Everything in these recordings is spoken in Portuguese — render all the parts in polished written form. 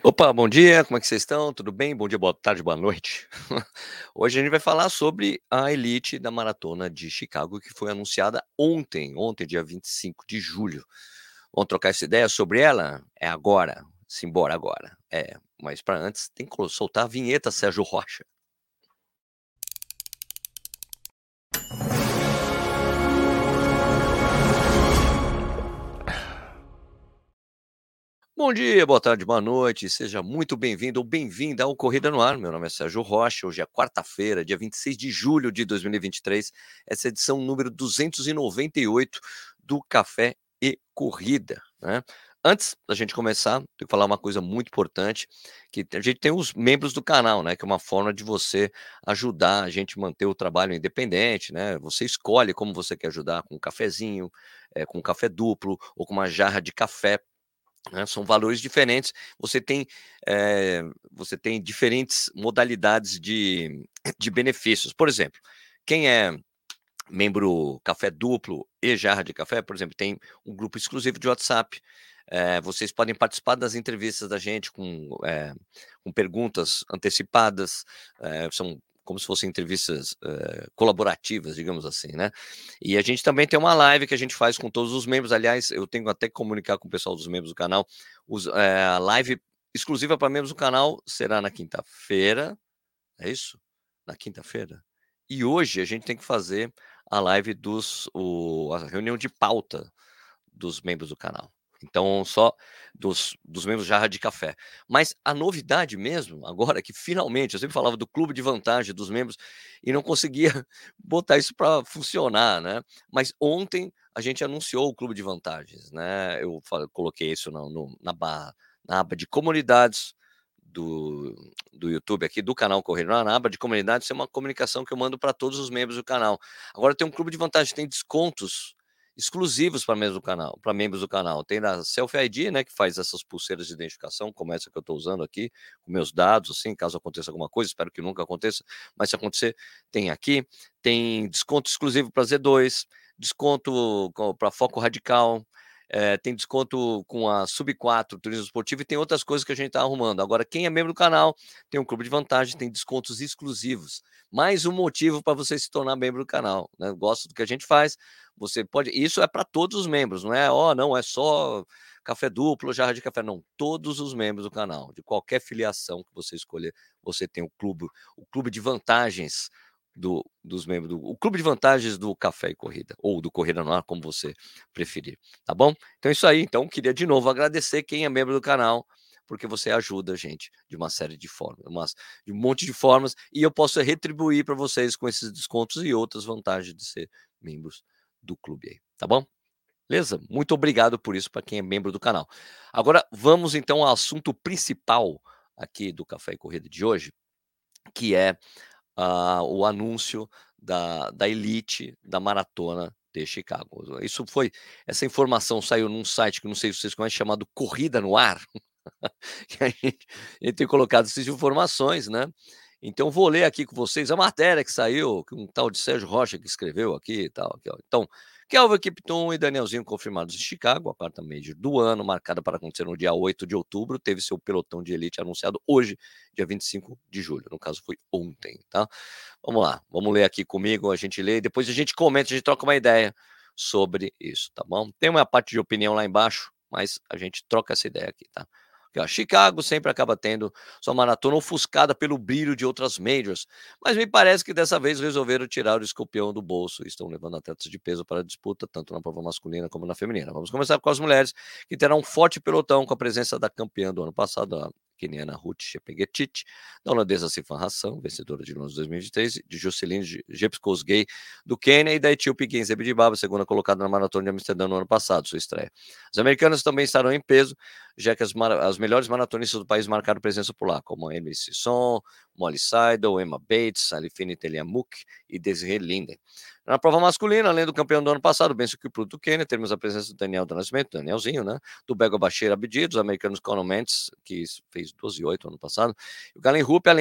Opa, bom dia, como é que vocês estão? Tudo bem? Bom dia, boa tarde, boa noite. Hoje a gente vai falar sobre a elite da maratona de Chicago, que foi anunciada ontem, dia 25 de julho. Vamos trocar essa ideia sobre ela? É agora, simbora agora. Mas para antes tem que soltar a vinheta, Sérgio Rocha. Bom dia, boa tarde, boa noite, seja muito bem-vindo ou bem-vinda ao Corrida no Ar. Meu nome é Sérgio Rocha, hoje é quarta-feira, dia 26 de julho de 2023, essa é a edição número 298 do Café e Corrida, né. Antes da gente começar, tenho que falar uma coisa muito importante, que a gente tem os membros do canal, né, que é uma forma de você ajudar a gente manter o trabalho independente, né, você escolhe como você quer ajudar, com um cafezinho, com um café duplo ou com uma jarra de café, né, são valores diferentes. Você tem diferentes modalidades de benefícios. Por exemplo, quem é membro café duplo e jarra de café, por exemplo, tem um grupo exclusivo de WhatsApp. Vocês podem participar das entrevistas da gente com perguntas antecipadas, são como se fossem entrevistas, colaborativas, digamos assim, né. E a gente também tem uma live que a gente faz com todos os membros, aliás, eu tenho até que comunicar com o pessoal dos membros do canal, a live exclusiva para membros do canal será na quinta-feira, é isso? Na quinta-feira? E hoje a gente tem que fazer a live a reunião de pauta dos membros do canal. Então só dos membros Jarra de Café. Mas a novidade mesmo, agora que finalmente eu sempre falava do clube de vantagem dos membros e não conseguia botar isso para funcionar, né. Mas ontem a gente anunciou o clube de vantagens, né, coloquei isso na aba de comunidades do do YouTube aqui, do canal Correio na aba de comunidades, tem uma comunicação que eu mando para todos os membros do canal. Agora tem um clube de vantagem, tem descontos exclusivos para membros do canal. Tem na Selfie ID, né, que faz essas pulseiras de identificação, como essa que eu estou usando aqui, com meus dados, assim, caso aconteça alguma coisa, espero que nunca aconteça, mas se acontecer, tem aqui. Tem desconto exclusivo para Z2, desconto para Foco Radical, tem desconto com a Sub 4 Turismo Esportivo e tem outras coisas que a gente está arrumando. Agora, quem é membro do canal tem um clube de vantagem, tem descontos exclusivos. Mais um motivo para você se tornar membro do canal, né? Gosta do que a gente faz, você pode. Isso é para todos os membros, não é? Ó, não é só café duplo, jarra de café, não. Todos os membros do canal, de qualquer filiação que você escolher, você tem o clube de vantagens dos membros o clube de vantagens do Café e Corrida, ou do Corrida no Ar, como você preferir, tá bom? Então é isso aí. Então queria de novo agradecer quem é membro do canal, porque você ajuda a gente de uma série de formas, de um monte de formas, e eu posso retribuir para vocês com esses descontos e outras vantagens de ser membros do clube aí, tá bom? Beleza? Muito obrigado por isso para quem é membro do canal. Agora vamos então ao assunto principal aqui do Café e Corrida de hoje, que é o anúncio da elite da maratona de Chicago. Essa informação saiu num site que não sei se vocês conhecem, chamado Corrida no Ar, que a gente tem colocado essas informações, né. Então vou ler aqui com vocês a matéria que saiu, que um tal de Sérgio Rocha que escreveu aqui e tal, aqui ó. Então, Kelvin Kiptum e Danielzinho confirmados em Chicago, a quarta major do ano, marcada para acontecer no dia 8 de outubro, teve seu pelotão de elite anunciado hoje, dia 25 de julho, no caso foi ontem, tá. Vamos lá, vamos ler aqui comigo, a gente lê e depois a gente comenta, a gente troca uma ideia sobre isso, tá bom. Tem uma parte de opinião lá embaixo, mas a gente troca essa ideia aqui, tá. Aqui, ó, Chicago sempre acaba tendo sua maratona ofuscada pelo brilho de outras majors, mas me parece que dessa vez resolveram tirar o escorpião do bolso e estão levando atletas de peso para a disputa, tanto na prova masculina como na feminina. Vamos começar com as mulheres, que terão um forte pelotão com a presença da campeã do ano passado, a queniana Ruth Chepngetich, da holandesa Sifan Hassan, vencedora de Londres 2023, de Jocelyn Jepkosgei, do Quênia, e da etíope Genzebe Dibaba, segunda colocada na maratona de Amsterdã no ano passado, sua estreia. As americanas também estarão em peso, já que as melhores maratonistas do país marcaram presença por lá, como Emily Sisson, Molly Seidel, Emma Bates, Alifine Teliamuk e Desiree Linden. Na prova masculina, além do campeão do ano passado, Ben Kipruto do Quênia, temos a presença do Daniel do Nascimento, Danielzinho, né? Do Bego Bashir Abdi, dos americanos Conor Mentz, que fez 12,8 ano passado, e o Galen Rupp,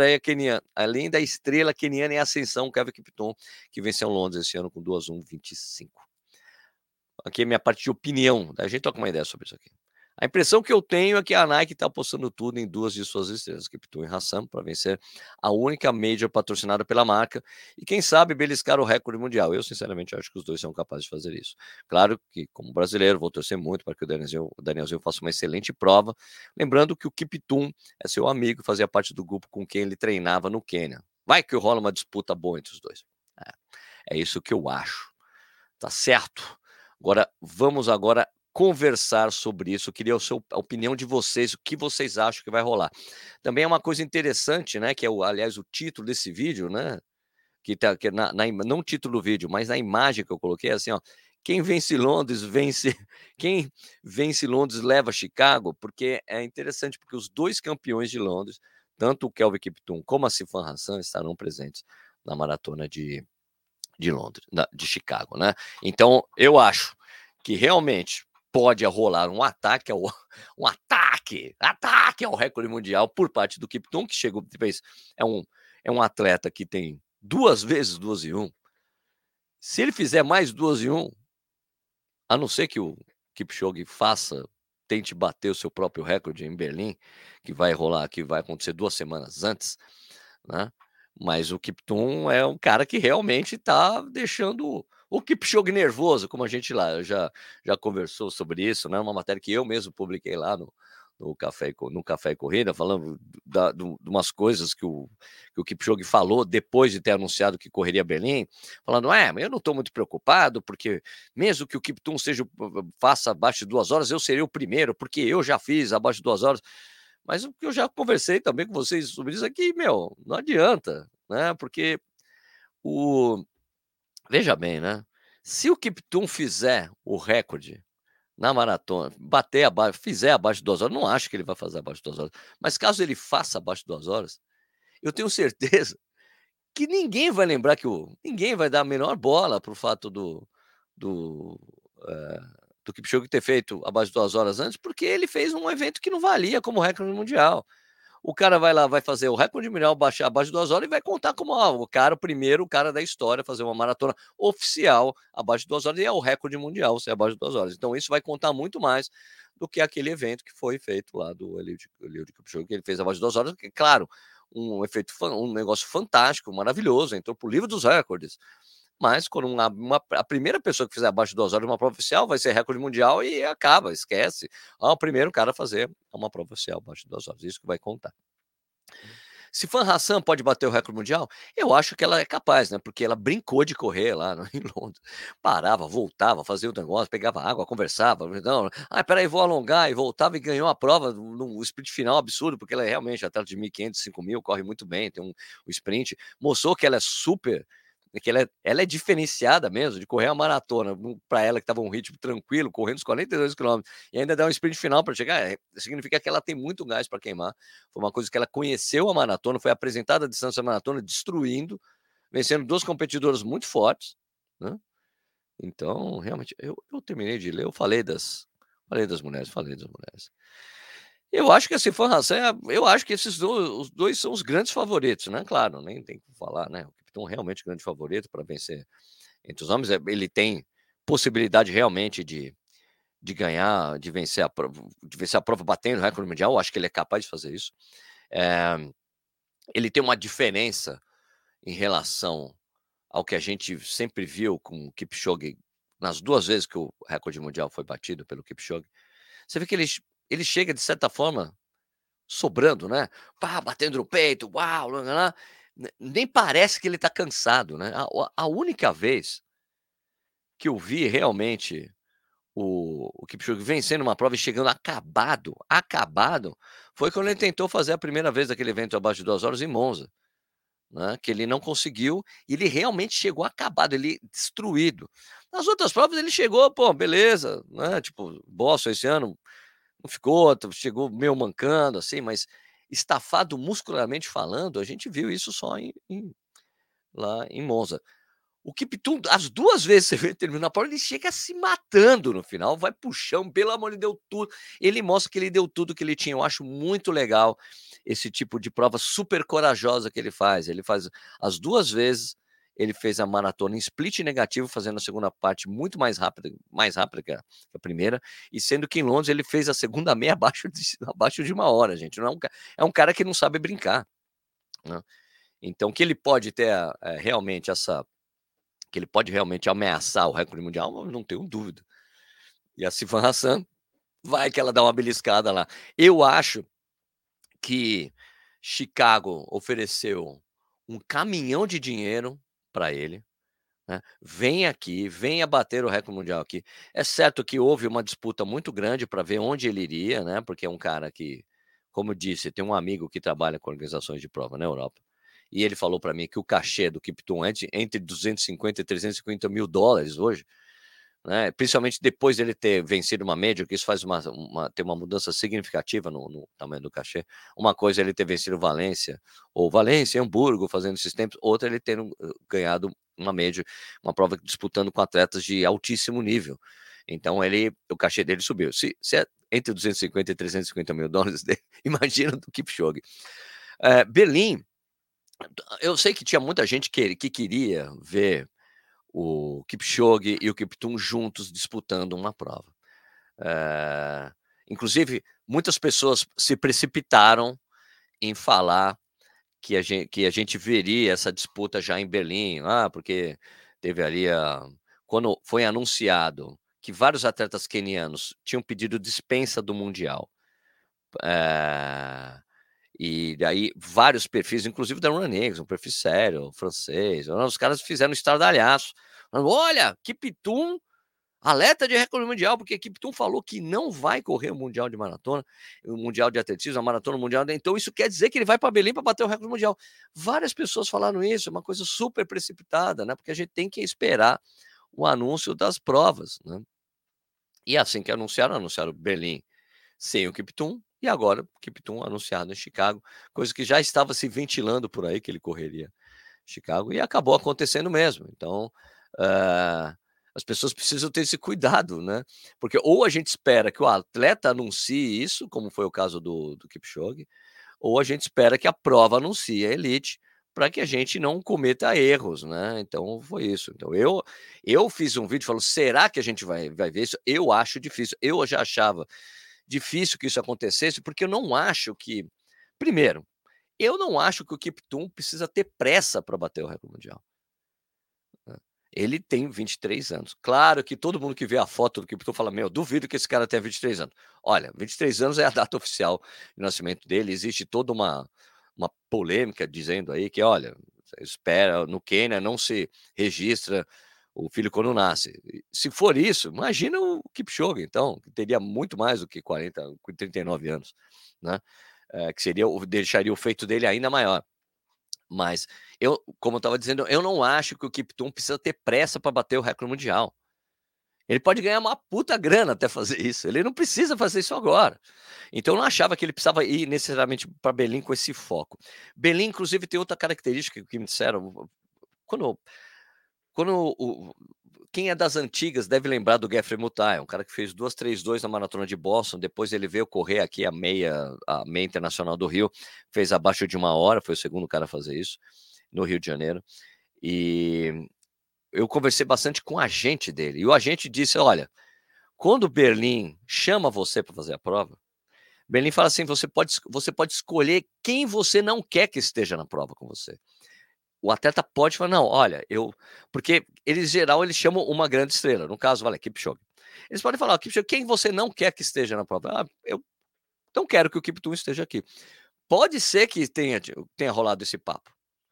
além da estrela queniana em ascensão, Kevin Kiptum, que venceu Londres esse ano com 2:1:25. Aqui é minha parte de opinião, a gente toca uma ideia sobre isso aqui. A impressão que eu tenho é que a Nike está apostando tudo em 2 de suas estrelas, Kiptum e Hassan, para vencer a única major patrocinada pela marca e quem sabe beliscar o recorde mundial. Eu sinceramente acho que os 2 são capazes de fazer isso. Claro que como brasileiro vou torcer muito para que o Danielzinho faça uma excelente prova, lembrando que o Kiptum é seu amigo, fazia parte do grupo com quem ele treinava no Quênia. Vai que rola uma disputa boa entre os 2. É isso que eu acho. Tá certo? Vamos agora conversar sobre isso. Eu queria a opinião de vocês, o que vocês acham que vai rolar. Também é uma coisa interessante, né, que é aliás, o título desse vídeo, né, que tá que não o título do vídeo, mas na imagem que eu coloquei, é assim, ó: "Quem vence Londres vence quem vence Londres leva Chicago", porque é interessante, porque os 2 campeões de Londres, tanto o Kelvin Kiptum como a Sifan Hassan estarão presentes na maratona de Londres, de Chicago, né? Então, eu acho que realmente pode rolar um ataque ao um ataque ao recorde mundial por parte do Kiptum, que chegou fez é um atleta que tem 2 vezes 2 e 1. Se ele fizer mais 2 e 1, a não ser que o Kipchoge tente bater o seu próprio recorde em Berlim, que vai acontecer 2 semanas antes, né? Mas o Kiptum é um cara que realmente está deixando o Kipchoge nervoso, como a gente lá já conversou sobre isso, né, uma matéria que eu mesmo publiquei lá no Café e Corrida, falando de umas coisas que o Kipchoge falou depois de ter anunciado que correria Berlim, falando: "É, mas eu não estou muito preocupado, porque mesmo que o Kiptum faça abaixo de 2 horas, eu serei o primeiro, porque eu já fiz abaixo de 2 horas". Mas o que eu já conversei também com vocês sobre isso aqui, meu, não adianta, né? Porque o veja bem, né? Se o Kiptum fizer o recorde na maratona, fizer abaixo de 2 horas, não acho que ele vai fazer abaixo de 2 horas, mas caso ele faça abaixo de 2 horas, eu tenho certeza que ninguém vai dar a menor bola para o fato do, eh, do Kipchoge ter feito abaixo de 2 horas antes, porque ele fez um evento que não valia como recorde mundial. O cara vai lá, vai fazer o recorde mundial baixar abaixo de 2 horas e vai contar como o primeiro cara da história a fazer uma maratona oficial abaixo de 2 horas, e é o recorde mundial ser abaixo de 2 horas. Então isso vai contar muito mais do que aquele evento que foi feito lá do Eliud Kipchoge, que ele fez abaixo de 2 horas, que claro, um negócio fantástico, maravilhoso, entrou para o livro dos recordes. Mas quando a primeira pessoa que fizer abaixo de 2 horas uma prova oficial vai ser recorde mundial e acaba, esquece. O primeiro cara a fazer uma prova oficial abaixo de 2 horas, isso que vai contar. Se Fan Hassan pode bater o recorde mundial, eu acho que ela é capaz, né? Porque ela brincou de correr lá em Londres. Parava, voltava, fazia o negócio, pegava água, conversava. Não, peraí, vou alongar. E voltava e ganhou a prova num sprint final absurdo, porque ela é realmente atleta de 1.500, 5.000, corre muito bem, tem um sprint. Mostrou que ela é super que ela é diferenciada mesmo de correr a maratona, para ela que estava um ritmo tranquilo, correndo os 42 quilômetros, e ainda dar um sprint final para chegar, significa que ela tem muito gás para queimar. Foi uma coisa que ela conheceu a maratona, foi apresentada a distância da maratona, destruindo, vencendo 2 competidores muito fortes, né? Então, realmente, eu terminei de ler, falei das mulheres. Eu acho que a Sifan Hassan, eu acho que os 2 são os grandes favoritos, né, claro, nem tem que falar, né, o Kiptum realmente grande favorito para vencer entre os homens, ele tem possibilidade realmente ganhar, de vencer a prova batendo o recorde mundial, eu acho que ele é capaz de fazer isso. Ele tem uma diferença em relação ao que a gente sempre viu com o Kipchoge nas 2 vezes que o recorde mundial foi batido pelo Kipchoge. Você vê que ele chega de certa forma sobrando, né? Pá, batendo no peito, uau, lá, lá, lá. Nem parece que ele tá cansado, né? A única vez que eu vi realmente o Kipchoge vencendo uma prova e chegando acabado, foi quando ele tentou fazer a primeira vez aquele evento abaixo de 2 horas em Monza, né? Que ele não conseguiu, e ele realmente chegou acabado, ele destruído. Nas outras provas ele chegou, pô, beleza, né? Tipo, Boston esse ano não ficou, chegou meio mancando, assim, mas estafado muscularmente falando, a gente viu isso só lá em Monza. O Kiptum, as 2 vezes que você vê ele terminar a prova, ele chega se matando no final, vai pro chão, pelo amor de Deus, tudo. Ele mostra que ele deu tudo que ele tinha. Eu acho muito legal esse tipo de prova super corajosa que ele faz. Ele faz as 2 vezes ele fez a maratona em split negativo, fazendo a segunda parte muito mais rápida que a primeira, e sendo que em Londres ele fez a segunda meia abaixo de 1 hora, gente. Não é um cara que não sabe brincar, né. Então que ele pode ter, realmente que ele pode realmente ameaçar o recorde mundial, eu não tenho dúvida. E a Sifan Hassan, vai que ela dá uma beliscada lá. Eu acho que Chicago ofereceu um caminhão de dinheiro para ele, né. "Vem aqui, venha bater o recorde mundial aqui". É certo que houve uma disputa muito grande para ver onde ele iria, né, porque é um cara que, como eu disse, tem um amigo que trabalha com organizações de prova na Europa, e ele falou para mim que o cachê do Kiptum é de entre 250 e 350 mil dólares hoje, né, principalmente depois dele ter vencido uma major, que isso faz tem uma mudança significativa no tamanho do cachê. Uma coisa é ele ter vencido Valência, Hamburgo, fazendo esses tempos, outra é ele ter ganhado uma major, uma prova disputando com atletas de altíssimo nível. Então o cachê dele subiu. Se é entre 250 e 350 mil dólares, imagina do Kipchoge. Berlim, eu sei que tinha muita gente que queria ver o Kipchoge e o Kiptum juntos disputando uma prova. Eh, Inclusive, muitas pessoas se precipitaram em falar que a gente veria essa disputa já em Berlim, porque teve ali quando foi anunciado que vários atletas quenianos tinham pedido dispensa do mundial, eh, e daí vários perfis, inclusive da Runnings, um perfil sério, francês, os caras fizeram um estardalhaço, falando: "Olha, Kiptum alerta de recorde mundial, porque Kiptum falou que não vai correr o mundial de maratona, o mundial de atletismo, a maratona mundial, então isso quer dizer que ele vai para Berlim para bater o recorde mundial". Várias pessoas falaram isso, é uma coisa super precipitada, né, porque a gente tem que esperar o anúncio das provas, né. E assim que anunciaram Berlim sem o Kiptum, e agora Kiptum anunciado em Chicago, coisa que já estava se ventilando por aí que ele correria Chicago e acabou acontecendo mesmo. Então, ah, as pessoas precisam ter esse cuidado, né, porque ou a gente espera que o atleta anuncie isso, como foi o caso do Kipchoge, ou a gente espera que a prova anuncie a elite, para que a gente não cometa erros, né. Então foi isso. Então eu fiz um vídeo falando: "Será que a gente vai ver isso?". Eu acho difícil. Eu já achava difícil que isso acontecesse, porque eu não acho que primeiro, eu não acho que o Kiptum precisa ter pressa para bater o recorde mundial, né. Ele tem 23 anos. Claro que todo mundo que vê a foto do Kiptum fala: "Meu, duvido que esse cara tenha 23 anos". Olha, 23 anos é a data oficial de nascimento dele, existe toda uma polêmica dizendo aí que: "Olha, espera, no Quênia não se registra o filho quando nasce". E se for isso, imagina o Kipchoge então, que teria muito mais do que 39 anos, né, que seria deixaria o feito dele ainda maior. Mas como eu estava dizendo, eu não acho que o Kiptum precisa ter pressa para bater o recorde mundial. Ele pode ganhar uma puta grana até fazer isso, ele não precisa fazer isso agora. Então eu não achava que ele precisava ir necessariamente para Berlim com esse foco. Berlim inclusive tem outra característica que me disseram, quando quando quem é das antigas deve lembrar do Geoffrey Mutai, um cara que fez 2:32 na maratona de Boston, depois ele veio correr aqui a meia internacional do Rio, fez abaixo de 1 hora, foi o segundo cara a fazer isso, no Rio de Janeiro. E eu conversei bastante com o agente dele, e o agente disse: "Olha, quando Berlim chama você para fazer a prova, Berlim fala assim: você pode escolher quem você não quer que esteja na prova com você". O atleta pode falar: "Não, olha, porque eles, em geral, eles chamam uma grande estrela, no caso, olha, Kipchoge. Eles podem falar: "Kipchoge, quem você não quer que esteja na prova?". "Ah, eu não quero que o Kiptum esteja aqui". Pode ser que tenha rolado esse papo.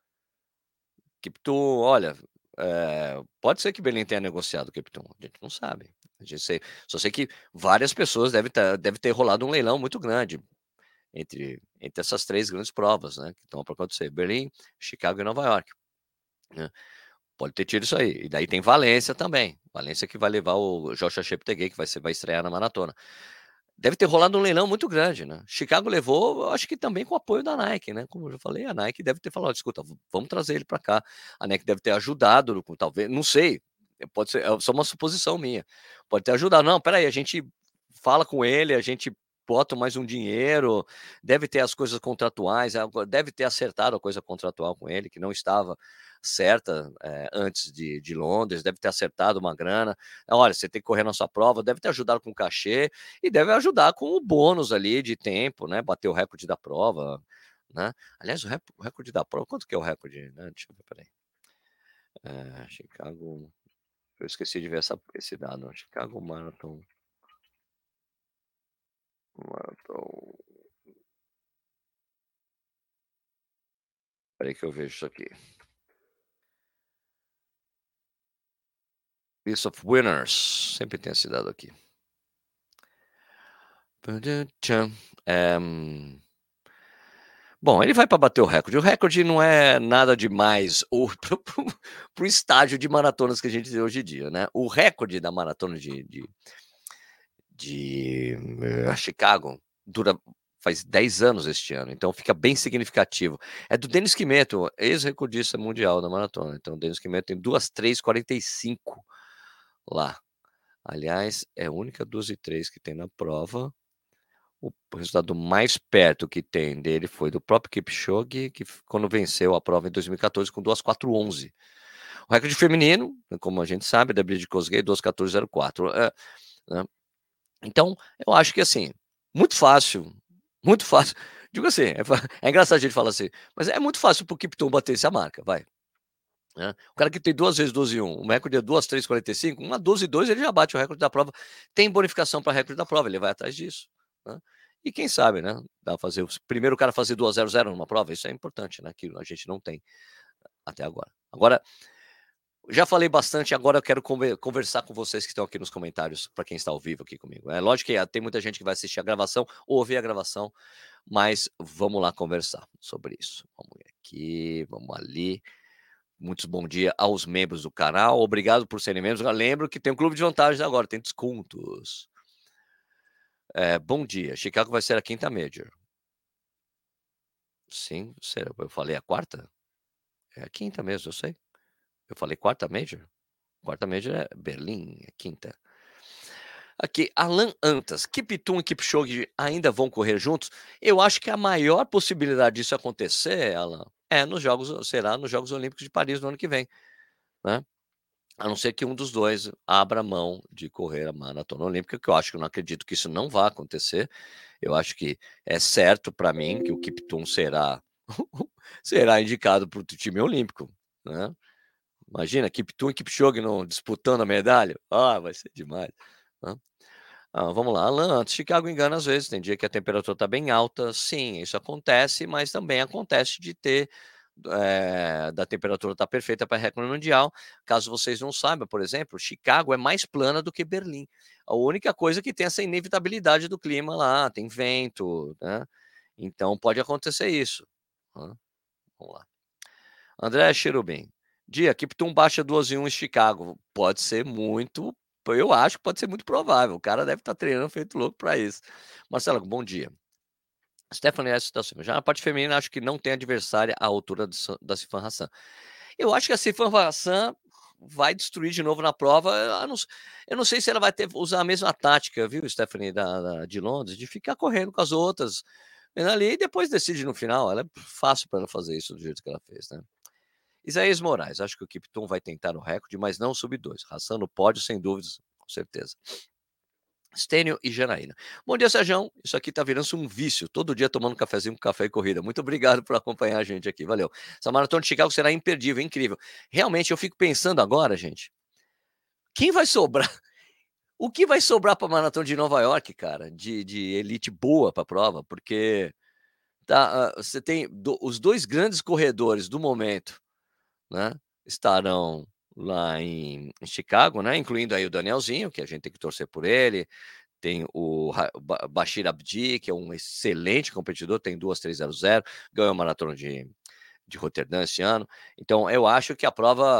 Kiptum, olha, pode ser que Belém tenha negociado o Kiptum, a gente não sabe. Só sei que várias pessoas deve ter rolado um leilão muito grande entre essas 3 grandes provas, né, que estão para acontecer: Berlim, Chicago e Nova York, né. Pode ter tido isso aí. E daí tem Valência também. Valência que vai levar o Joshua Cheptegei, que vai estrear na maratona. Deve ter rolado um leilão muito grande, né. Chicago levou, eu acho que também com o apoio da Nike, né, como eu já falei, a Nike deve ter falado: "Escuta, vamos trazer ele para cá". A Nike deve ter ajudado, com talvez não sei, pode ser, é só uma suposição minha. Pode ter ajudado: "Não, espera aí, a gente fala com ele, a gente botam mais um dinheiro, deve ter as coisas contratuais, deve ter acertado a coisa contratual com ele, que não estava certa antes de Londres, deve ter acertado uma grana. Olha, você tem que correr na sua prova, deve ter ajudado com o cachê e deve ajudar com o bônus ali de tempo, né? Bater o recorde da prova, né? Aliás, o recorde da prova, quanto que é o recorde? Né? Deixa eu ver, peraí. Chicago. Eu esqueci de ver esse dado. Chicago Marathon. Marathon. Peraí que eu vejo isso aqui. List of Winners. Sempre tem esse dado aqui. Bom, ele vai para bater o recorde. O recorde não é nada demais para o estágio de maratonas que a gente tem hoje em dia, né? O recorde da maratona de Chicago faz 10 anos este ano, então fica bem significativo. É do Denis Kimetto, ex-recordista mundial da maratona. Então, o Denis Kimetto tem 2:3:45 lá. Aliás, é a única 2:3 que tem na prova. O resultado mais perto que tem dele foi do próprio Kipchoge, que quando venceu a prova em 2014 com 2:4:11. O recorde feminino, como a gente sabe, da Bridget Kosgei, 2:14:04. Né? Então, eu acho que assim, muito fácil, muito fácil. Digo assim, é engraçado a gente falar assim, mas é muito fácil pro Kipton bater essa marca, vai. Né? O cara que tem 2 vezes 12:1, o recorde é 2:3:45, uma 12:2 ele já bate o recorde da prova. Tem bonificação para recorde da prova, ele vai atrás disso. Né? E quem sabe, né? Dá fazer primeiro o cara fazer 2:00 numa prova, isso é importante, né? Que a gente não tem até agora. Agora, já falei bastante, agora eu quero conversar com vocês que estão aqui nos comentários, para quem está ao vivo aqui comigo. É lógico que tem muita gente que vai assistir a gravação ou ouvir a gravação, mas vamos lá conversar sobre isso. Vamos aqui, vamos ali. Muitos bom dia aos membros do canal. Obrigado por serem membros. Eu lembro que tem um clube de vantagens agora, tem descontos. Bom dia. Chicago vai ser a quinta Major. Sim, eu falei a quarta? É a quinta mesmo, eu sei. Eu falei quarta Major? Quarta Major é Berlim, é quinta. Aqui, Alan Antas, Kiptum e Kipchoge ainda vão correr juntos? Eu acho que a maior possibilidade disso acontecer, Alan, será nos Jogos Olímpicos de Paris no ano que vem, né? A não ser que um dos dois abra mão de correr a maratona olímpica, que eu acho que eu não acredito que isso não vá acontecer. Eu acho que é certo para mim que o Kiptum será indicado para o time olímpico, né? Imagina, Kiptum e Kipchoge não disputando a medalha. Vai ser demais. Né? Vamos lá, Alan, Chicago engana às vezes, tem dia que a temperatura está bem alta, sim, isso acontece, mas também acontece de ter, da temperatura estar perfeita para recorde mundial. Caso vocês não saibam, por exemplo, Chicago é mais plana do que Berlim. A única coisa que tem essa inevitabilidade do clima lá, tem vento, né? Então pode acontecer isso. Né? Vamos lá. André Cherubim. Dia, Kiptum baixa 2:1 em Chicago. Pode ser muito. Eu acho que pode ser muito provável. O cara deve estar treinando feito louco para isso. Marcelo, bom dia. Stephanie S. da Silva. Já na parte feminina, acho que não tem adversária à altura da Sifan Hassan. Eu acho que a Sifan Hassan vai destruir de novo na prova. Eu não sei se ela vai usar a mesma tática, viu, Stephanie, de Londres, de ficar correndo com as outras ali e depois decide no final. Ela é fácil para ela fazer isso do jeito que ela fez, né? Isaías Moraes, acho que o Kiptum vai tentar o recorde, mas não sub-2. Hassan no pódio, sem dúvidas, com certeza. Stênio e Janaína. Bom dia, Sérgio. Isso aqui tá virando um vício. Todo dia tomando um cafezinho com café e corrida. Muito obrigado por acompanhar a gente aqui. Valeu. Essa maratona de Chicago será imperdível, incrível. Realmente, eu fico pensando agora, gente. Quem vai sobrar? O que vai sobrar para a maratona de Nova York, cara? De elite boa para a prova? Porque você tem os dois grandes corredores do momento, né? Estarão lá em Chicago, né? Incluindo aí o Danielzinho, que a gente tem que torcer por ele. Tem o Bashir Abdi, que é um excelente competidor, tem 2:3:00, ganhou a maratona de Roterdã esse ano. Então, eu acho que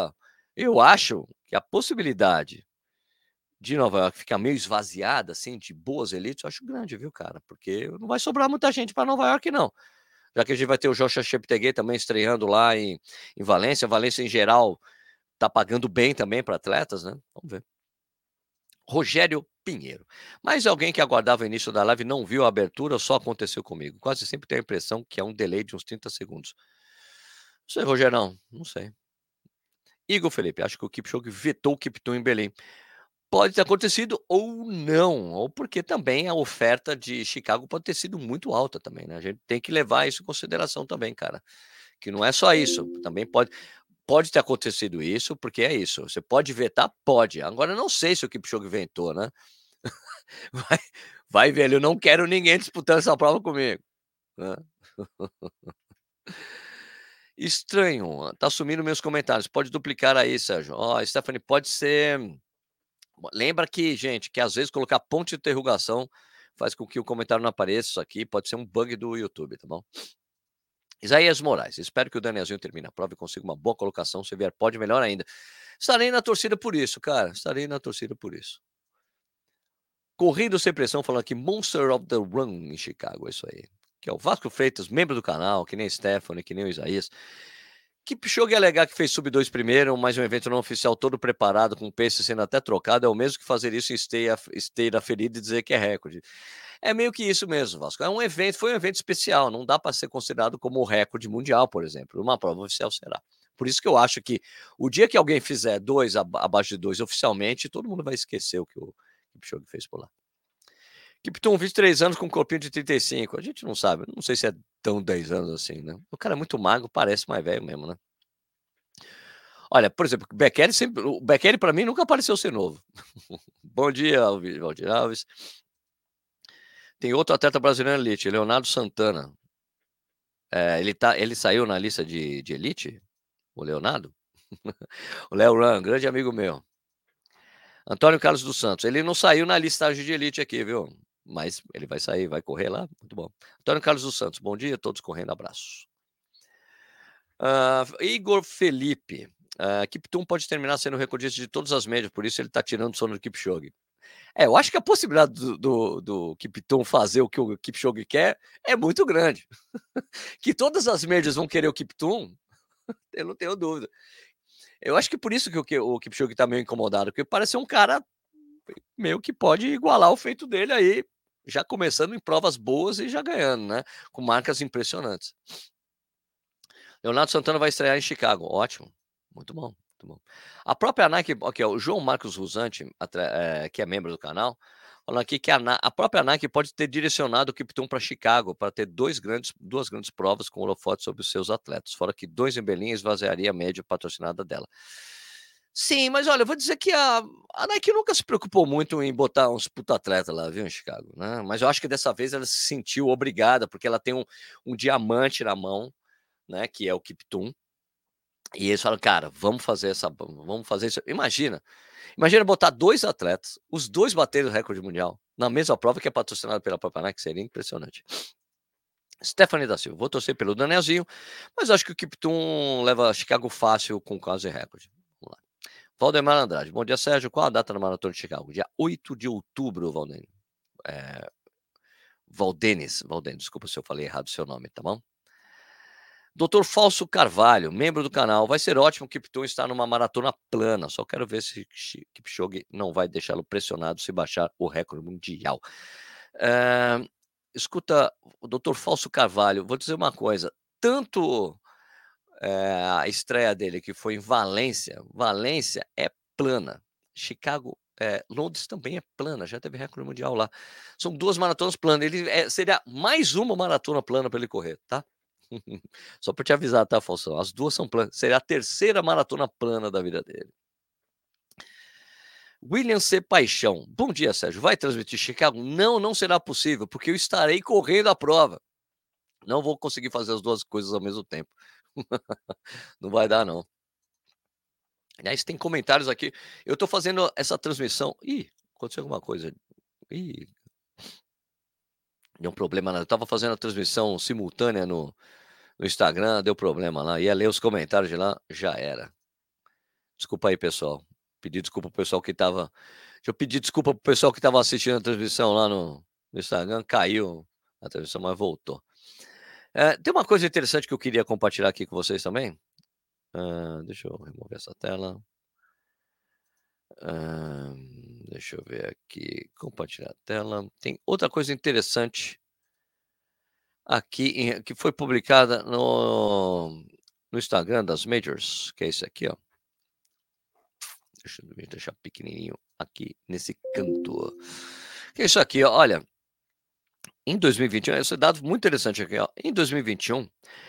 a possibilidade de Nova York ficar meio esvaziada, assim, de boas elites, eu acho grande, viu, cara? Porque não vai sobrar muita gente para Nova York, não. Já que a gente vai ter o Joshua Cheptegei também estreando lá em Valência. Valência, em geral, tá pagando bem também para atletas, né? Vamos ver. Rogério Pinheiro. Mas alguém que aguardava o início da live não viu a abertura, só aconteceu comigo. Quase sempre tenho a impressão que é um delay de uns 30 segundos. Não sei, Rogerão, não sei. Igor Felipe, acho que o Kipchoge vetou o Kiptum em Belém. Pode ter acontecido ou não, ou porque também a oferta de Chicago pode ter sido muito alta também, né? A gente tem que levar isso em consideração também, cara. Que não é só isso, também pode ter acontecido isso, porque é isso. Você pode vetar? Pode. Agora, eu não sei se o Kipchoge ventou, né? Vai, vai ver, eu não quero ninguém disputando essa prova comigo. Né? Estranho, tá sumindo meus comentários. Pode duplicar aí, Sérgio. Ó, Stephanie, pode ser. Lembra que, gente, que às vezes colocar ponto de interrogação faz com que o comentário não apareça. Isso aqui pode ser um bug do YouTube, tá bom? Isaías Moraes, espero que o Danielzinho termine a prova e consiga uma boa colocação. Se vier, pode melhor ainda. Estarei na torcida por isso, cara. Estarei na torcida por isso. Correndo Sem Pressão falando aqui, Monster of the Run em Chicago, é isso aí. Que é o Vasco Freitas, membro do canal, que nem Stephanie, que nem o Isaías. Kipchoge alegar que fez sub-2 primeiro, mas um evento não oficial todo preparado, com o pace sendo até trocado, é o mesmo que fazer isso em esteira ferida e dizer que é recorde. É meio que isso mesmo, Vasco. É um evento, foi um evento especial, não dá para ser considerado como recorde mundial, por exemplo. Uma prova oficial será. Por isso que eu acho que o dia que alguém fizer dois abaixo de 2 oficialmente, todo mundo vai esquecer o que o Kipchoge fez por lá. Kiptum, 23 anos com um corpinho de 35. A gente não sabe, não sei se é tão 10 anos assim, né? O cara é muito magro, parece mais velho mesmo, né? Olha, por exemplo, o Bekele para mim nunca pareceu ser novo. Bom dia, Valdir Alves. Tem outro atleta brasileiro elite, Leonardo Santana. Ele saiu na lista de elite? O Leonardo? O Léo Ran, grande amigo meu. Antônio Carlos dos Santos. Ele não saiu na listagem de elite aqui, viu? Mas ele vai sair, vai correr lá. Muito bom. Antônio Carlos dos Santos. Bom dia, todos correndo. Abraço. Igor Felipe. Kiptum pode terminar sendo recordista de todas as médias, por isso ele está tirando o sono do Kipchoge. Eu acho que a possibilidade do Kiptum fazer o que o Kipchoge quer é muito grande. Que todas as médias vão querer o Kiptum, eu não tenho dúvida. Eu acho que por isso que o Kipchoge está meio incomodado, porque parece um cara meio que pode igualar o feito dele aí, já começando em provas boas e já ganhando, né? Com marcas impressionantes. Leonardo Santana vai estrear em Chicago. Ótimo. Muito bom. Muito bom. A própria Nike, aqui, o João Marcos Rusante, que é membro do canal, falando aqui que a própria Nike pode ter direcionado o Kiptum para Chicago para ter duas grandes provas com holofotes sobre os seus atletas, fora que 2 em Berlim esvaziaria a média patrocinada dela. Sim, mas olha, eu vou dizer que a Nike nunca se preocupou muito em botar uns puta atleta lá, viu, em Chicago, né? Mas eu acho que dessa vez ela se sentiu obrigada, porque ela tem um diamante na mão, né, que é o Kiptum. E eles falam, cara, vamos fazer isso. Imagina botar 2 atletas, os 2 bateram o recorde mundial na mesma prova que é patrocinada pela própria Nike, seria impressionante. Stephanie da Silva, vou torcer pelo Danielzinho, mas acho que o Kiptum leva Chicago fácil com quase recorde. Vamos lá. Valdemar Andrade, bom dia, Sérgio. Qual a data da Maratona de Chicago? Dia 8 de outubro, Valdênio. Valdenis, desculpa se eu falei errado o seu nome, tá bom? Doutor Falso Carvalho, membro do canal. Vai ser ótimo que Kiptum está numa maratona plana. Só quero ver se Kipchoge não vai deixá-lo pressionado se baixar o recorde mundial. Escuta, o Doutor Falso Carvalho, vou dizer uma coisa. Tanto a estreia dele, que foi em Valência é plana. Chicago, Londres também é plana, já teve recorde mundial lá. São 2 maratonas planas. Seria mais uma maratona plana para ele correr, tá? Só para te avisar, tá, Faustão? As 2 são planas. Seria a terceira maratona plana da vida dele. William C. Paixão. Bom dia, Sérgio. Vai transmitir Chicago? Não, não será possível, porque eu estarei correndo a prova. Não vou conseguir fazer as 2 coisas ao mesmo tempo. Não vai dar, não. Aliás, tem comentários aqui. Eu tô fazendo essa transmissão. Ih, aconteceu alguma coisa. Ih, deu um problema lá. Eu tava fazendo a transmissão simultânea no Instagram, deu problema lá. Ia ler os comentários de lá, já era. Desculpa aí, pessoal. Pedi desculpa pro pessoal que tava. Deixa eu pedir desculpa pro pessoal que tava assistindo a transmissão lá no Instagram. Caiu a transmissão, mas voltou. Tem uma coisa interessante que eu queria compartilhar aqui com vocês também. Deixa eu remover essa tela. Deixa eu ver aqui, compartilhar a tela. Tem outra coisa interessante aqui que foi publicada no Instagram das Majors, que é esse aqui, ó. Deixa eu deixar pequenininho aqui nesse canto. Que é isso aqui, ó, olha, em 2021, esse dado muito interessante aqui, ó. Em 2021,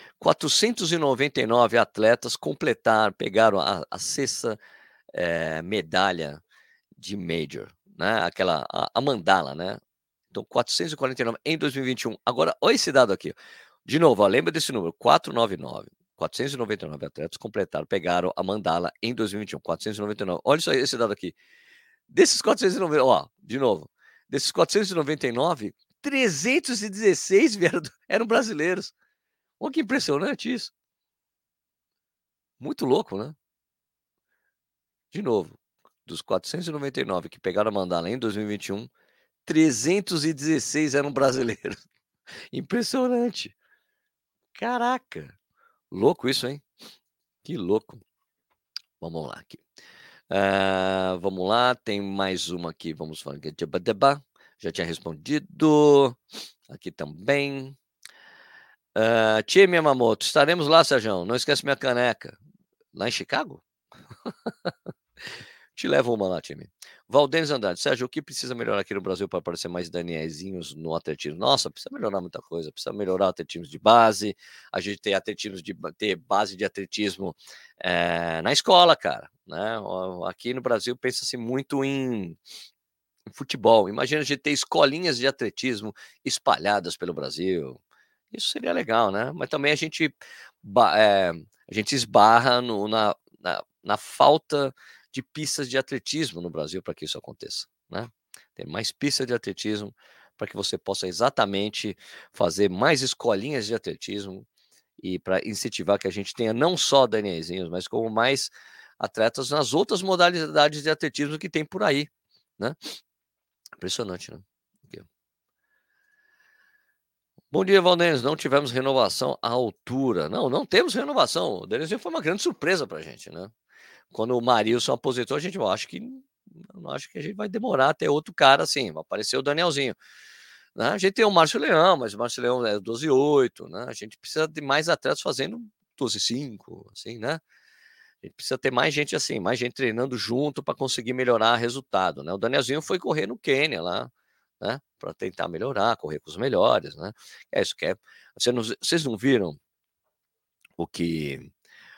499 atletas pegaram a sexta medalha de Major, né? Aquela a mandala, né? Então, 449 em 2021. Agora, olha esse dado aqui. De novo, ó, lembra desse número: 499. 499 atletas pegaram a mandala em 2021. 499. Olha só esse dado aqui. Desses 490, ó, de novo. Desses 499, 316 eram brasileiros. Olha que impressionante isso. Muito louco, né? De novo, dos 499 que pegaram a mandala em 2021, 316 eram brasileiros. Impressionante. Caraca. Louco isso, hein? Que louco. Vamos lá aqui. Vamos lá, tem mais uma aqui, vamos falar. Já tinha respondido. Aqui também. Tia Yamamoto, estaremos lá, Sérgio. Não esquece minha caneca. Lá em Chicago? Te levo uma lá, time. Valdenis Andrade, Sérgio, o que precisa melhorar aqui no Brasil para aparecer mais Daniezinhos no atletismo? Nossa, precisa melhorar muita coisa. Precisa melhorar o atletismo de base, a gente ter ter base de atletismo na escola, cara. Né? Aqui no Brasil pensa-se muito em futebol. Imagina a gente ter escolinhas de atletismo espalhadas pelo Brasil. Isso seria legal, né? Mas também a gente esbarra na falta de pistas de atletismo no Brasil para que isso aconteça, né? Ter mais pistas de atletismo para que você possa exatamente fazer mais escolinhas de atletismo e para incentivar que a gente tenha não só Daniezinhos, mas como mais atletas nas outras modalidades de atletismo que tem por aí, né? Impressionante, né? Bom dia, Valdenes. Não tivemos renovação à altura. Não, não temos renovação. O Danielzinho foi uma grande surpresa pra gente, né? Quando o Marilson aposentou, a gente não acho que a gente vai demorar até outro cara assim. Vai aparecer o Danielzinho. Né? A gente tem o Márcio Leão, mas o Márcio Leão é 12,8, né? A gente precisa de mais atletas fazendo 12,5, assim, né? A gente precisa ter mais gente assim, mais gente treinando junto para conseguir melhorar o resultado, né? O Danielzinho foi correr no Quênia lá, né? Para tentar melhorar, correr com os melhores, né? É isso que é. Vocês não viram o que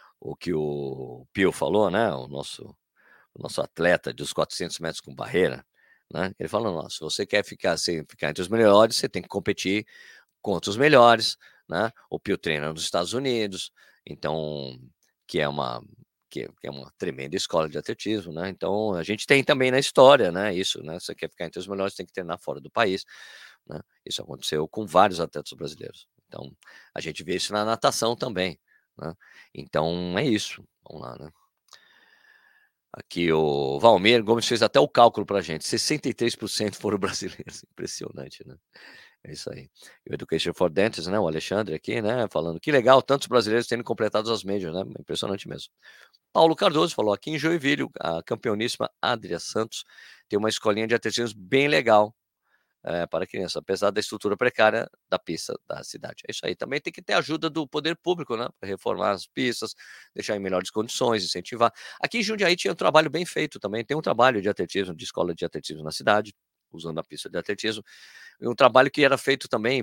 o Pio falou, né? O nosso atleta dos 400 metros com barreira, né? Ele falou: "Nossa, se você quer ficar entre os melhores, você tem que competir contra os melhores, né?" O Pio treina nos Estados Unidos, então que é uma que é uma tremenda escola de atletismo, né? Então a gente tem também na história, né? Isso, né? Você quer ficar entre os melhores, tem que treinar fora do país, né? Isso aconteceu com vários atletas brasileiros. Então a gente vê isso na natação também, né? Então é isso. Vamos lá, né? Aqui o Valmir Gomes fez até o cálculo para a gente. 63% foram brasileiros. Impressionante, né? É isso aí. E o Education for Dentists, né? O Alexandre aqui, né? Falando que legal, tantos brasileiros tendo completado as majors, né? Impressionante mesmo. Paulo Cardoso falou: aqui em Joinville, a campeoníssima Adria Santos tem uma escolinha de atletismo bem legal para criança, apesar da estrutura precária da pista da cidade. É isso aí. Também tem que ter ajuda do poder público, né? Para reformar as pistas, deixar em melhores condições, incentivar. Aqui em Jundiaí tinha um trabalho bem feito também. Tem um trabalho de atletismo, de escola de atletismo na cidade, usando a pista de atletismo. E um trabalho que era feito também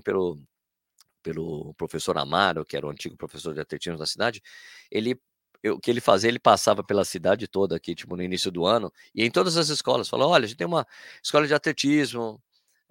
pelo professor Amaro, que era o antigo professor de atletismo da cidade. O que ele fazia, ele passava pela cidade toda aqui, tipo, no início do ano, e em todas as escolas, falou: olha, a gente tem uma escola de atletismo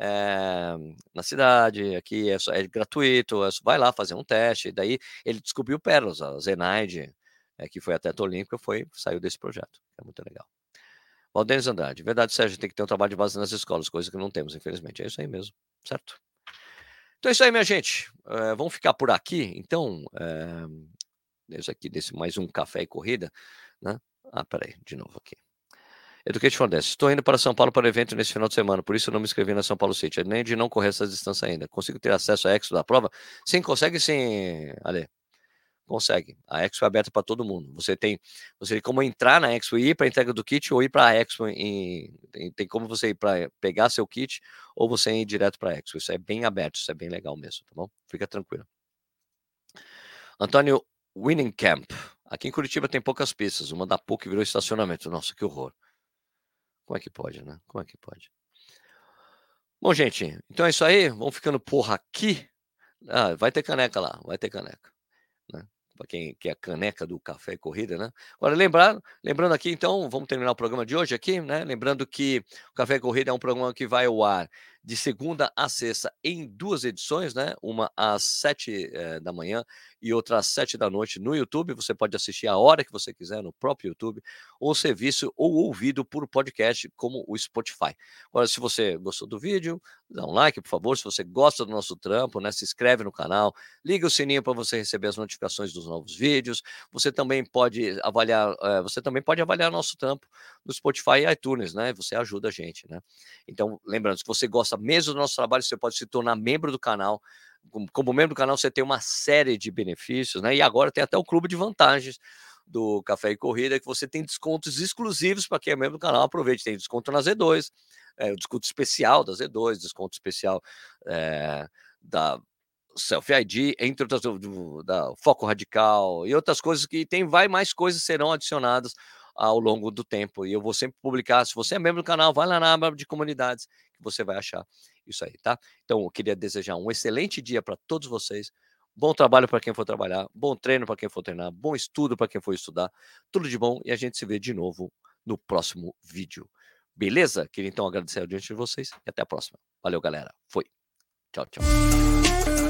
na cidade, aqui é gratuito, vai lá fazer um teste. Daí ele descobriu pérolas, a Zenaide, que foi atleta olímpica, saiu desse projeto. É muito legal. Valdenis Andrade, verdade, Sérgio, tem que ter um trabalho de base nas escolas, coisa que não temos, infelizmente. É isso aí mesmo, certo? Então é isso aí, minha gente. Vamos ficar por aqui. Então, isso aqui, desse mais um Café e Corrida, né? Peraí, de novo aqui. Educate for Dance. Estou indo para São Paulo para o evento nesse final de semana, por isso eu não me inscrevi na São Paulo City, nem de não correr essa distância ainda. Consigo ter acesso a Expo da prova? Sim, consegue sim, Ale. Consegue. A Expo é aberta para todo mundo. Você tem como entrar na Expo e ir para a entrega do kit ou ir para a Expo tem como você ir para pegar seu kit ou você ir direto para a Expo. Isso é bem aberto, isso é bem legal mesmo, tá bom? Fica tranquilo. Antônio Winningham. Aqui em Curitiba tem poucas pistas. Uma da PUC virou estacionamento. Nossa, que horror. Como é que pode, né? Como é que pode? Bom, gente, então é isso aí. Vamos ficando por aqui. Ah, vai ter caneca lá, vai ter caneca, né? Para quem quer a caneca do Café e Corrida, né? Agora, lembrando aqui, então, vamos terminar o programa de hoje aqui, né? Lembrando que o Café e Corrida é um programa que vai ao ar de segunda a sexta em 2 edições, né? Uma às 7 da manhã e outra às 7 da noite no YouTube. Você pode assistir a hora que você quiser no próprio YouTube, ou ser visto ou ouvido por podcast como o Spotify. Agora, se você gostou do vídeo, dá um like, por favor. Se você gosta do nosso trampo, né? Se inscreve no canal, liga o sininho para você receber as notificações dos novos vídeos. Você também pode avaliar nosso trampo no Spotify e iTunes, né? Você ajuda a gente, né? Então, lembrando, se você gosta mesmo do nosso trabalho, você pode se tornar membro do canal. Como membro do canal, você tem uma série de benefícios, né? E agora tem até um clube de vantagens do Café e Corrida, que você tem descontos exclusivos para quem é membro do canal. Aproveite, tem desconto na Z2, desconto especial da Z2, desconto especial da Selfie ID, entre outras da Foco Radical e outras coisas que mais coisas serão adicionadas ao longo do tempo. E eu vou sempre publicar. Se você é membro do canal, vai lá na aba de comunidades que você vai achar isso aí, tá? Então, eu queria desejar um excelente dia para todos vocês. Bom trabalho para quem for trabalhar, bom treino para quem for treinar, bom estudo para quem for estudar. Tudo de bom e a gente se vê de novo no próximo vídeo. Beleza? Queria então agradecer a audiência de vocês e até a próxima. Valeu, galera. Foi. Tchau, tchau.